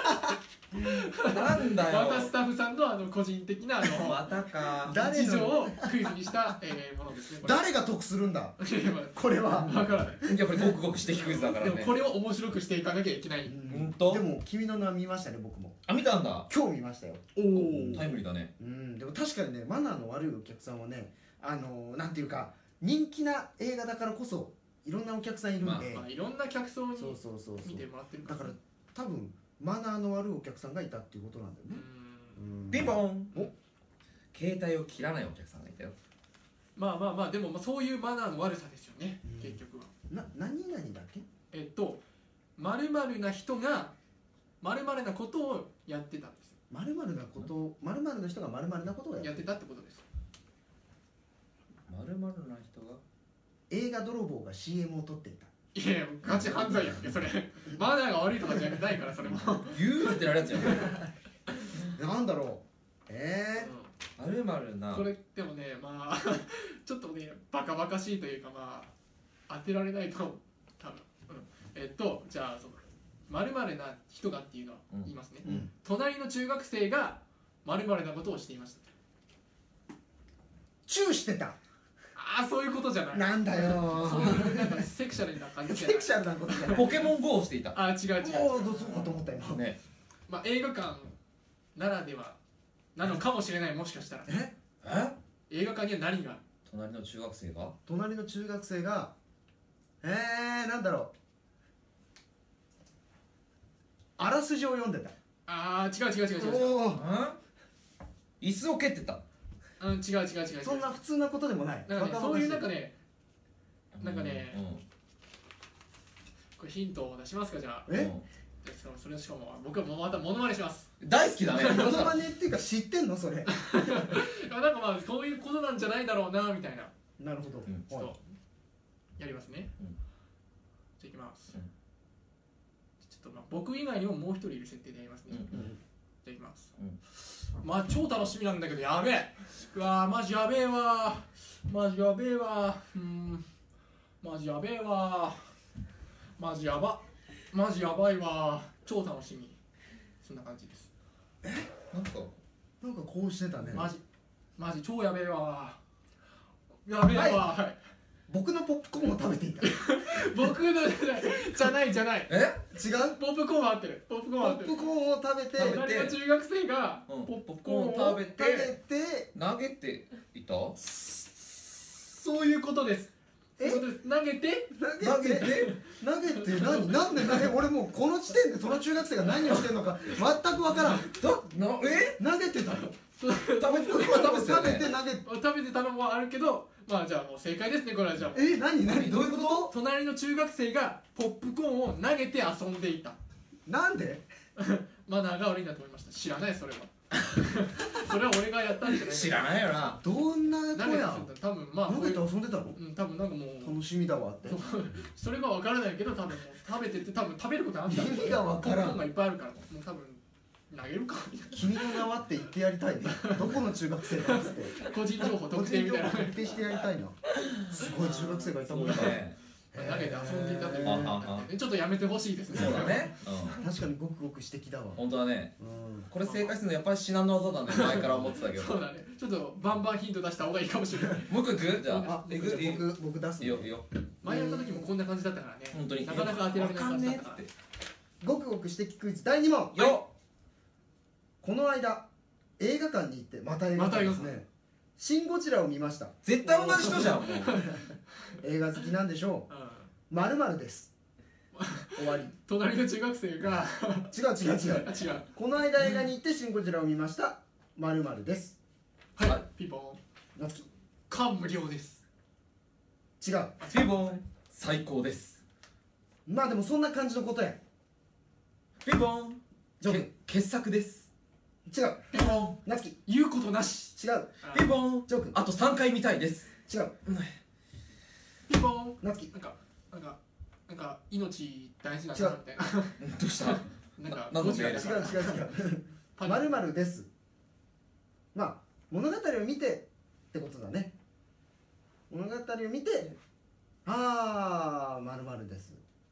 なんだよまたスタッフさんのあの個人的なあのまたか誰の事情をクイズにした、えー、ものですね。これ誰が得するんだいやまこれはあわからない。 やっぱりごくごくしてクイズだからねでもこれを面白くしていかなきゃいけない。 んとでも君の名は見ましたね僕もあ見たんだ今日見ましたよおおタイムリーだねうんでも確かにねマナーの悪いお客さんはねあのなんていうか人気な映画だからこそいろんなお客さんいるんで、 まあまあいろんな客層にそうそうそうそう見てもらってるだから多分マナーの悪いお客さんがいたっていうことなんだようねんうんピンポンお携帯を切らないお客さんがいたよまあまあまあでもまあそういうマナーの悪さですよね、 うん結局は。 な何々だっけえっとまるまるな人がまるまるなことをやってたんですよ。 まるまるなことをまるまるな人がまるまるなことをやってるやってたってことです。 まるまるな人が映画泥棒が シーエム を撮っていたいやいやガチ犯罪やんけそれ。マナーが悪いとかじゃないからそれも。 ギューってなるやつやんなんだろうえうまるまるなんこれでもねまあちょっとねバカバカしいというかまあ当てられないと思う多分、うん、えっとじゃあそのまるまるな人がっていうのは言いますね、 ーうん隣の中学生がまるまるなことをしていました。 チューしてたああそういうことじゃない。 なんだよそういうなんかセクシャルな感じじゃないセクシャルなことじゃないポケモン ゴー をしていたあー違う違うおおどうそうかと思った今ねまあ映画館ならではなのかもしれない。もしかしたらええ映画館には何がある。 隣の中学生が隣の中学生がえー、なんだろうあらすじを読んでたああ違う違う違う違う違う、 おおん椅子を蹴ってたうん、違う違う違う違う。 そんな普通なことでもないなんかねバカバカしそういうなんかねなんかねうんこれヒントを出しますか。じゃあえじゃあそのそれしかも僕はもうまたモノマネします。 うん大好きだねモノマネっていうか知ってんのそれいやなんかまあこういうことなんじゃないだろうなみたいななるほど、 うんちょっとやりますね、 うんじゃあいきます、 うんちょっとまあ僕以外にももう一人いる設定でやりますね、 うんうんじゃあいきます、 うんまあ超楽しみなんだけどやべえうわーマジやべえわマジやべえわうんマジやべえわマジやばマジやばいわ超楽しみそんな感じです。 なんかなんかこうしてたねマジマジ超やべえわやべえわ、はい、 僕のポップコーンを食べていた僕のじゃないじゃないえ違うポップコーンは合ってるポップコーンポッは合ってるプコーンを食べて食べ隣の中学生がうんポップココーンをーンを食べ食べてて投げていたそういうことですえそういうことです投げて投げて投げて何なんで投げ俺もうこの時点でその中学生が何をしてるのか全くわからんだなえ投げてたの食べて今食べてたよ食べてね投げ食べてたのもあるけどまあじゃあもう正解ですねこれはじゃあえ何何どういうこ隣の中学生がポップコーンを投げて遊んでいたとなんでマナーが悪いなと思いました。知らないそれはそれは俺がやったんじゃない知らないよなどんな子や投げて遊んだ多分まあ投げて遊んでたのうん多分なんかもう楽しみだわってそれが分からないけど多分もう食べてて多分食べることあった意味がわからんポップコーンがいっぱいあるからもう多分投げるかみたい君の名はって言ってやりたいねどこの中学生だっつってな個人情報個特定みたいな人情報特定してやりたいなすごい中学生がいたもんだそうね投げて遊んでいたということだったんで、ね、ちょっとやめてほしいですね。 そうだね、うん、 確かにごくごく指摘だわ。 本当だね、 うん、 これ正解するのやっぱり至難の技だね、前から思ってたけどそうだね、ちょっとバンバンヒント出した方がいいかもしれない。 もう一個いくじゃあ、 あいくいく僕僕出すね。 いいよいいよ、 前やった時もこんな感じだったからね、 本当になかなか当てられない感じだったから。 わかんねごくごく指摘クイズだいに問。 えってよこの間映画館に行って、また映画館ですね、シン・ゴジラを見ました。 絶対同じ人じゃんもう映画好きなんでしょう。 うんまるまるです。終わり。 隣の中学生が違う違う違う。 あ違う、 この間映画に行ってシン・ゴジラを見ましたまるまるです。 はい、 はいピンポン、 なつき。 感無量です。 違う。 ピンポン最高です。 まあでもそんな感じのことや。 ピンポンジョブけ傑作です。 違う。 ピンポンなつき。 言うことなし。 違う。 ピンポンジョー君。 あとさんかい見たいです。 違う。 ピンポン、 なつき。 なんかなんかなんか命大事なんだなみたいな。 どうしたなんかなゴジラ違う違う違う。 パニまるまるです。まあ物語を見てってことだね。物語を見て、ああまるまるです。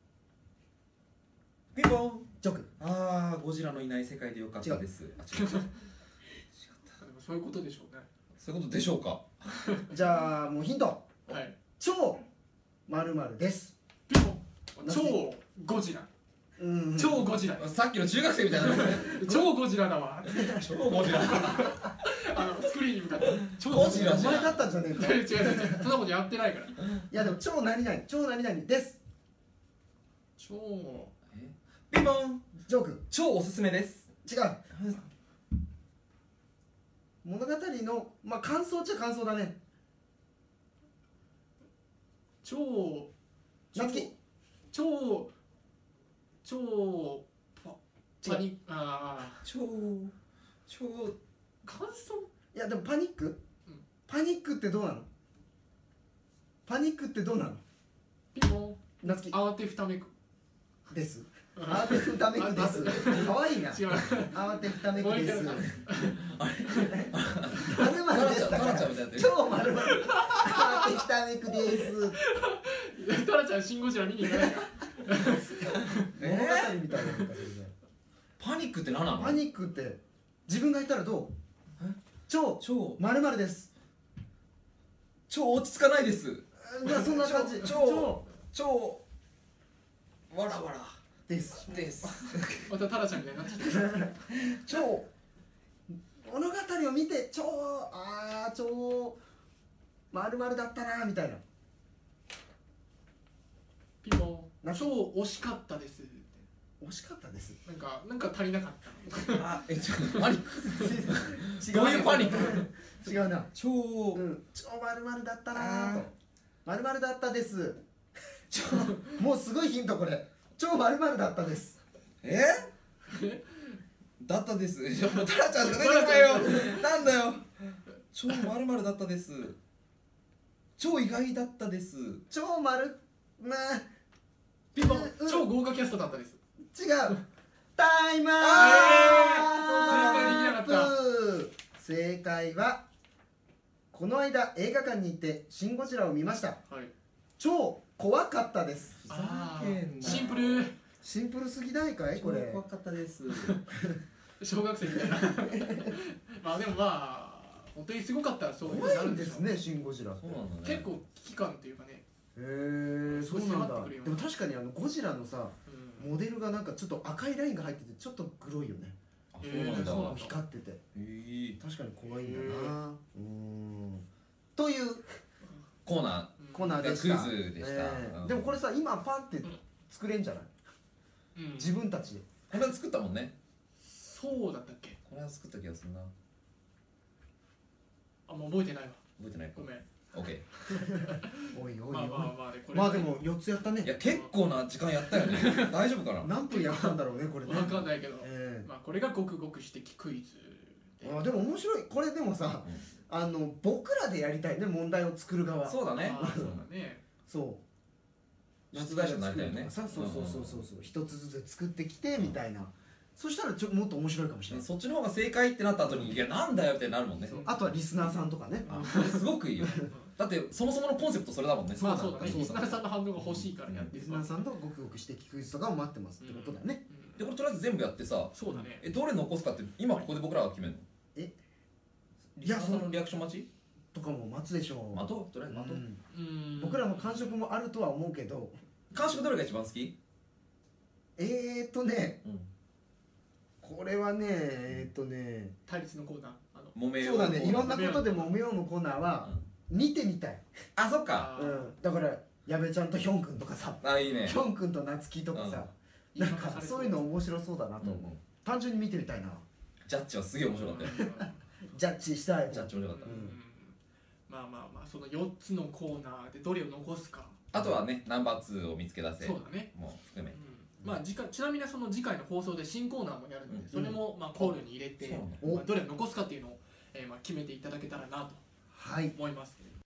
ピンポンジョー君。 ああゴジラのいない世界でよかったです。あ違う違うでもそういうことでしょうね。 そういうことでしょうか。 じゃあもうヒント。 はい。 超まるまるです。 ピンポン、超ゴジラ、 うん。 超ゴジラ、 さっきの中学生みたいな超ゴジラだわ。 超ゴジラあのスクリーンに向かって超ゴジラお前だったんじゃねえか。 違う違う違う、そんなことやってないから。 いやでも超何々超何々です。 超ピンポンジョー君。 超おすすめです。 違う。物語のまあ感想っちゃ感想だね。 超なつき。 超超パ違うパニック、あ超超あ感想、 いやでもパニック、 うんパニックってどうなの？パニックってどうなの？ ピンポン、 なつき慌てふためく。 です。慌てふためくです。可愛いな。 違う、 慌てふためくです。 もうまるまるですだタからラちゃんみたいになってる。 超まるまる。慌てふためくです。 タラちゃんシンゴジラ見に行かないか物語みたいなのかそれで。 パニックって何なの？ パニックって自分がいたらどう？超超まるまるです。 超落ち着かないです。 まあそんな感じ。 超超わらわらです。 です。 またタラちゃんみたいになっちゃった。 超物語を見て超ああ超まるまるだったなみたいな。 ピンポン、 なんか超惜しかったですって。 惜しかったです。 なんかなんか足りなかったの。 あえちょパニック。 違どういうパニック？ 違うな。 超うん、超まるまるだったなーと。まるまるだったです。超もうすごいヒントこれ。超まるまるだったです。 え？だったです。いやもうタラちゃんしか出てこないよ。なんだよ。超まるまるだったです。超意外だったです。 超まるまあピンポン、 うん超豪華キャストだったです。 違う。タイマー。 あー正解はこの間映画館に行ってシン・ゴジラを見ました。 はい。 超怖かったです。 あふざけんなーシンプル。 シンプルすぎないかいこれ。 怖かったです。 小学生みたいな。まあでもまあ本当にすごかったらそういう怖にないるんでしょう。 んですねシン・ゴジラ。 そうなんだね。 結構危機感っていうかね。 へえそうなんだ。 迫ってくるよでも確かにあのゴジラのさうん。 モデルがなんかちょっと赤いラインが入っててちょっとグロいよね。 あそうなんだ。 えーそうなんだ光っててへえ。 確かに怖いんだな。うーんというコーナコーナーでした。 クイズでしたうんえーでもこれさ今パンって作れんじゃない？ うん。 自分たちで。 ー。これは作ったもんね。 そうだったっけ？ これは作った気がするな。 あ、もう覚えてないわ。 覚えてないかご。めん。 オッケおいおいおい。 まあまあまあでこれ。 まあでもよっつやったねー。い。や結構な時間やったよね。大丈夫かな。 何分やったんだろうねこれね。 わかんないけど。 えまあこれがごくごく指摘クイズで。 えあでも面白い。これでもさあの僕らでやりたいね問題を作る側。 そうだね。 あーそうだね。 そう出題者になりたいよね。 さそうそうそうそうそう一つずつ作ってきてみたいな。そしたらちょもっと面白いかもしれない。 そっちの方が正解ってなった後にいやなんだよってなるもんね。 そうあとはリスナーさんとかね。 あこれすごくいいよ。 だってそもそものコンセプトそれだもんね。 まあそうだね、 そうだリスナーさんの反応が欲しいからやってるリスナーさんとごくごくして聞く人が待ってますってことだね。 うんでこれとりあえず全部やってさ、 そうだね。 えどれ残すかって今ここで僕らが決めるの？ えリスナーさんのリアクション待ち？ とかも待つでしょう。 待とうとりあえず待とう。 うんうん僕らの感触もあるとは思うけど、 感触どれが一番好き？ えーとね、 うん。 これはね、えーとね、 対立のコーナー、あの揉めよそうだね、いろんな。 なことでもめようのコーナーはうん見てみたい。 あ、そっか。 あーうん、だから矢部ちゃんとヒョン君とかさ、 あ、いいねヒ。ョン君と夏希とかさ、なんかそういうの面白そうだなと思う。 うん単純に見てみたいな。 ジャッジはすげえ面白かったよ。 ジャッジしたい。 ジャッジ面白かったうん。まあまあまあ、そのよっつのコーナーでどれを残すか。 あとはね、ナンバーツーを見つけ出せ。 そうだね。 もう含め。 うんまあ、次回ちなみにその次回の放送で新コーナーもやるので、 うんそれもまあ考慮に入れて、 そうなんだおまあ、どれを残すかっていうのを、えーまあ決めていただけたらなとはい。 思いますけれど。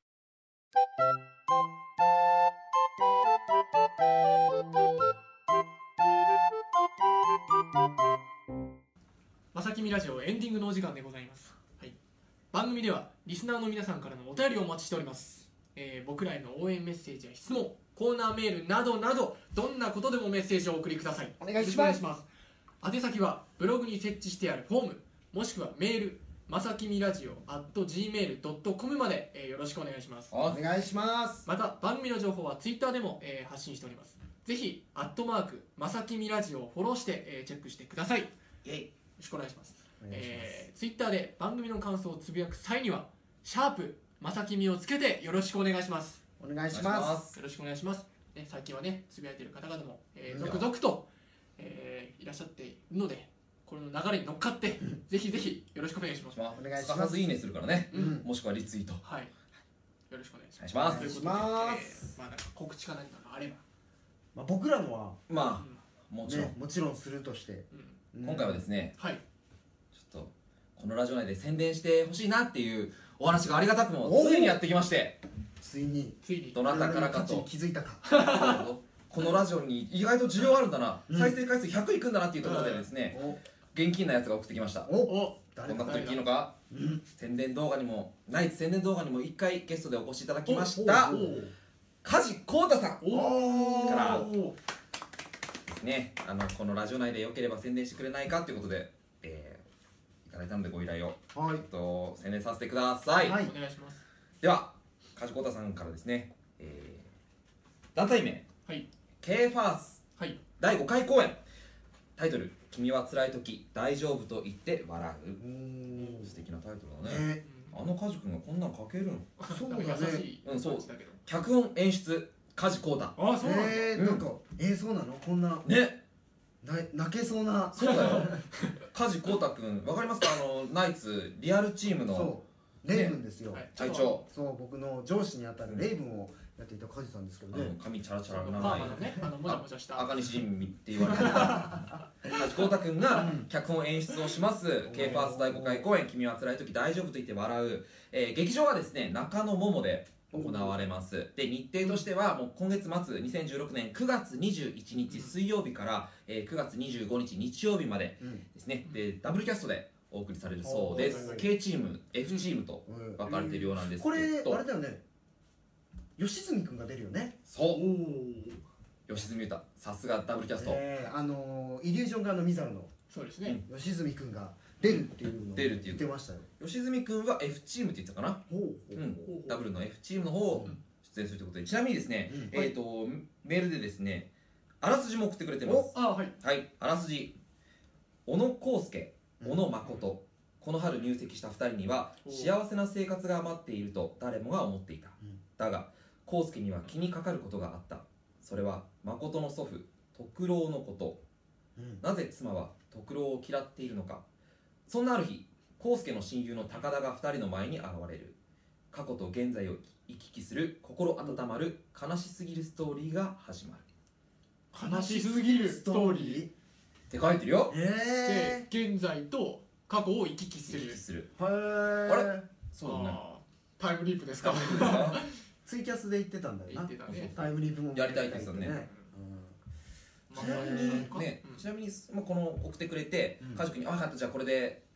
まさきみラジオエンディングのお時間でございます、はい、番組ではリスナーの皆さんからのお便りをお待ちしております、えー僕らへの応援メッセージや質問、コーナーメールなどなど、どんなことでもメッセージをお送りください。 お願いしますよろくお願いします。宛先はブログに設置してあるフォーム、もしくはメールまさきみラジオ アットジーメールドットコム まで、えーよろしくお願いします。 あお願いします。 また番組の情報はツイッターでも、えー発信しております。ぜひアットマークまさきみラジオをフォローして、えーチェックしてください。よイェイ。 ろしくお願いします。 お願いします。 えー、ツイッターで番組の感想をつぶやく際にはシャープまさきみをつけてよろしくお願いします。 お願いしお願いしま。 ますす。 よろしくお願いします。ね、最近はねつぶやいている方々も、えーうん続々と、えーいらっしゃっているので、この流れに乗っかってぜひぜひよろしくお願いします。 おお願いしますすかさずいいねするからね。 うん。 もしくはリツイート。 はい。よろしくお願いします。 お願いしますということで、 お願いしますえーまあなんか告知か何かがあれば、 まあ僕らのはまあ、もちろん。 ね、もちろんするとして、 うんうん、 今回はですね、 はい。 ちょっと、このラジオ内で宣伝してほしいなっていうお話がありがたくもおーついにやってきまして、 ついについにどなたからか我々の価値にと、 気づいたか。 このラジオに意外と需要あるんだな、 うん再生回数ひゃくいくんだなっていうところでですね、 お現金なやつが送ってきました。 おお誰かこんなこと言っていいのか、 うん宣伝動画にも、ナイツ宣伝動画にも一回ゲストでお越しいただきましたおお、 梶浩太さんおおからおですね、あのこのラジオ内でよければ宣伝してくれないかということで、えーいただいたのでご依頼を、 はいえっと、宣伝させてください、 はいお願いします。 では梶浩太さんからですね、えー団体名はい K ファースはいだいごかい公演、タイトル「君は辛い時大丈夫と言って笑うう」ーん素敵なタイトルだね、 ねあの梶君がこんなの書けるの。 そうなんだねか優しいうんそう感じだけど。 脚本演出梶浩太ああそうなんだ。 うんえーなんかえーそうなのこんなね、 な泣けそうなそうだよ梶浩太君わかりますか、あのナイツリアルチームのそうレイブンですよ、 はい隊長、 そう僕の上司にあたるレイブンをやっていた梶さんですけどね、 うん、髪チャラチャラパー長いマのね、あのもじゃもじゃした。 赤西仁美って言われてる梶浩太君が脚本演出をします K ファーストだいごかい公演「君は辛い時大丈夫と言って笑う」えー劇場はですね中野桃で行われます。で日程としてはもう今月末にせんじゅうろくねんくがつにじゅういちにち水曜日から、えーくがつにじゅうごにち日曜日までうんですね、でダブルキャストでお送りされるそうでおす。 ー K チーム F チームとうん分かれているようなんですこれけど、 あれだよね吉住くんが出るよねそうおお。 吉住裕太さすがダブルキャスト、 えーあのーイリュージョン側のミザルのそうですね。 吉住くんが出るっていうのを出るっていう言ってましたよ吉住君は F チームって言ってたかな、 ほうほううんほうダブルの F チームの方を出演するということで、ちなみにですね、 うんえっ、とメールでですねあらすじも送ってくれてます。 あはい。 はい、あらすじ。小野康介、小野誠、この春入籍したふたりにはお幸せな生活が待っていると誰もが思っていた、 うんだが康介には気にかかることがあった。それは誠の祖父徳郎のこと。 うんなぜ妻は徳郎を嫌っているのか。そんなある日、康介の親友の高田がふたりの前に現れる。過去と現在を行き来する心温まる悲しすぎるストーリーが始まる悲しすぎるストーリーって書いてるよ。 えで現在と過去を行き来する行き来。する。 ー、へあえれそうだね。 あータイムリープですか。 ツイキャスで言ってたんだよな言ってたねタイムリープもやりたいですよねまあちなみにね、 うんちなみに、まあ、この送ってくれて、 うん家族に「あ分かったじゃあこれで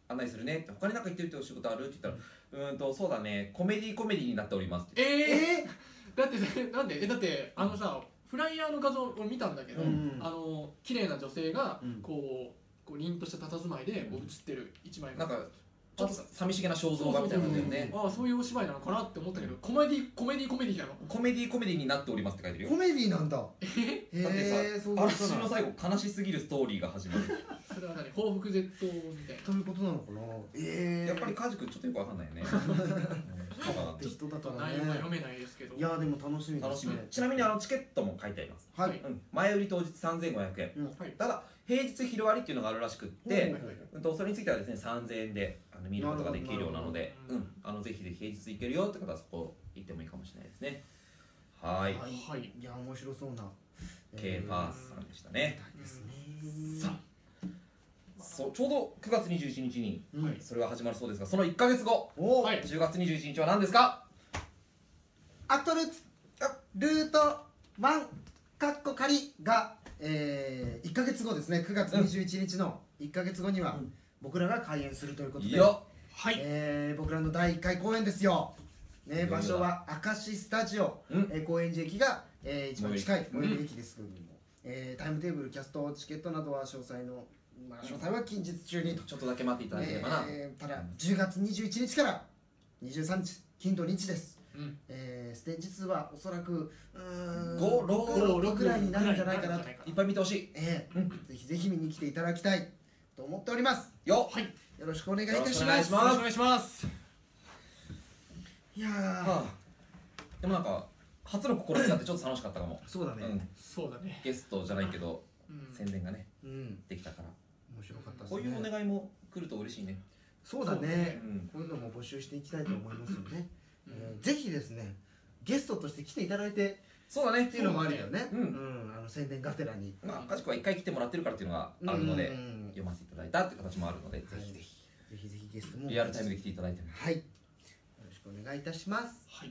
案内するねって他に何か言ってるってお仕事あるって言ったらうーんとそうだねコメディコメディになっておりますってええー、だってなんでえだってあのさフライヤーの画像を見たんだけど、 うんあの綺麗な女性がうんこうこう凛とした佇まいでこう写ってる一枚なんかちょっと寂しげな肖像画みたいなんだよねああそういうお芝居なのかなって思ったけどコメディコメディコメディなのコメディコメディになっておりますって書いてるよコメディなんだえへだってえそうさあらすじのい最後悲しすぎるストーリーが始まるそれは何報復絶倒みたいなということなのかなええやっぱりカジ君ちょっとよくわかんないよねうんって人だから内容がね読めないですけどいやでも楽しみですね楽しみちなみにあのチケットも書いてあります、 はいうん、前売り当日さんぜんごひゃくえん、 うんはいただ平日昼割りっていうのがあるらしくって、 はいうん、とそれについてはですねさんぜんえんであの見ることができるようなのでなるほどうん、あのぜひぜひ平日行けるよって方はそこ行ってもいいかもしれないですねはいはいはいいや面白そうな K ファースさんでしたねですねさそうちょうどくがつにじゅういちにちにうんはいそれが始まるそうですがそのいっかげつごおはいじゅうがつにじゅういちにちは何ですかアクトルーツルートワンカッコ仮が、えー、いっかげつごですねくがつにじゅういちにちのいっかげつごにはうん僕らが開演するということで、 よはいえー僕らのだいいっかい公演ですよ、ね、 いよいよだ場所は明石スタジオ、 うんえー高円寺駅が、えー一番近い最寄り最寄り駅ですけれども、えータイムテーブルキャストチケットなどは詳細の、まあ、詳細は近日中にと、 ちょっとだけ待っていただければな、 えーただじゅうがつにじゅういちにちからにじゅうさんにち金土日です、 うんえーステージ数はおそらくうーんごろくろくぐらいになるんじゃないかなと、 いっぱい見てほしいえーぜひぜひ見に来ていただきたいと思っております。 よはいよろしくお願いいたしよろしくおます。 願いしますよろしくお願いしますいやー、 はあ、でもなんか初の試みだってちょっと楽しかったかも、 そうだね。 うん、 そうだねゲストじゃないけどうん宣伝がねうん、 できたから面白かったですこういうおね。 願いも来ると嬉しいねそうだそうだねね。 うんこういうのも募集していきたいと思いますよね。 うんえーぜひですね、ゲストとして来ていただいてそうだねっていうのもあるよね。 そうだねうん、あの宣伝がてらに。 まあかじくはいっかい来てもらってるからっていうのがあるのでうん読ませていただいたっていう形もあるのでぜひぜひぜひぜひゲストもリアルタイムで来ていただいてもはい。よろしくお願いいたします。 はい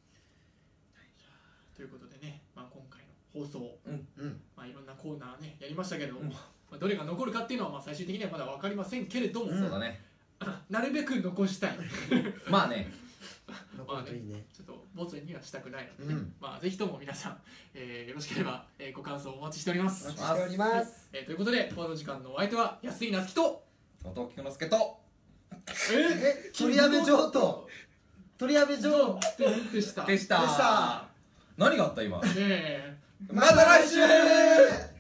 ということでね、まあ、今回の放送、 うん。 まあ、いろんなコーナーねやりましたけども、 うんまあ、どれが残るかっていうのはまあ最終的にはまだ分かりませんけれども、 うんそうだねなるべく残したいまあね残るといいね。 ちょっとボツにはしたくないので、ねうんまあ、ぜひとも皆さん、えーよろしければ、えーご感想お待ちしておりますお待ちしております。 えーということでこの時間のお相手は安井なつきと後藤菊之助とええ、鳥矢部城と鳥矢部城でしたでしたでした何があった今ねえまた来週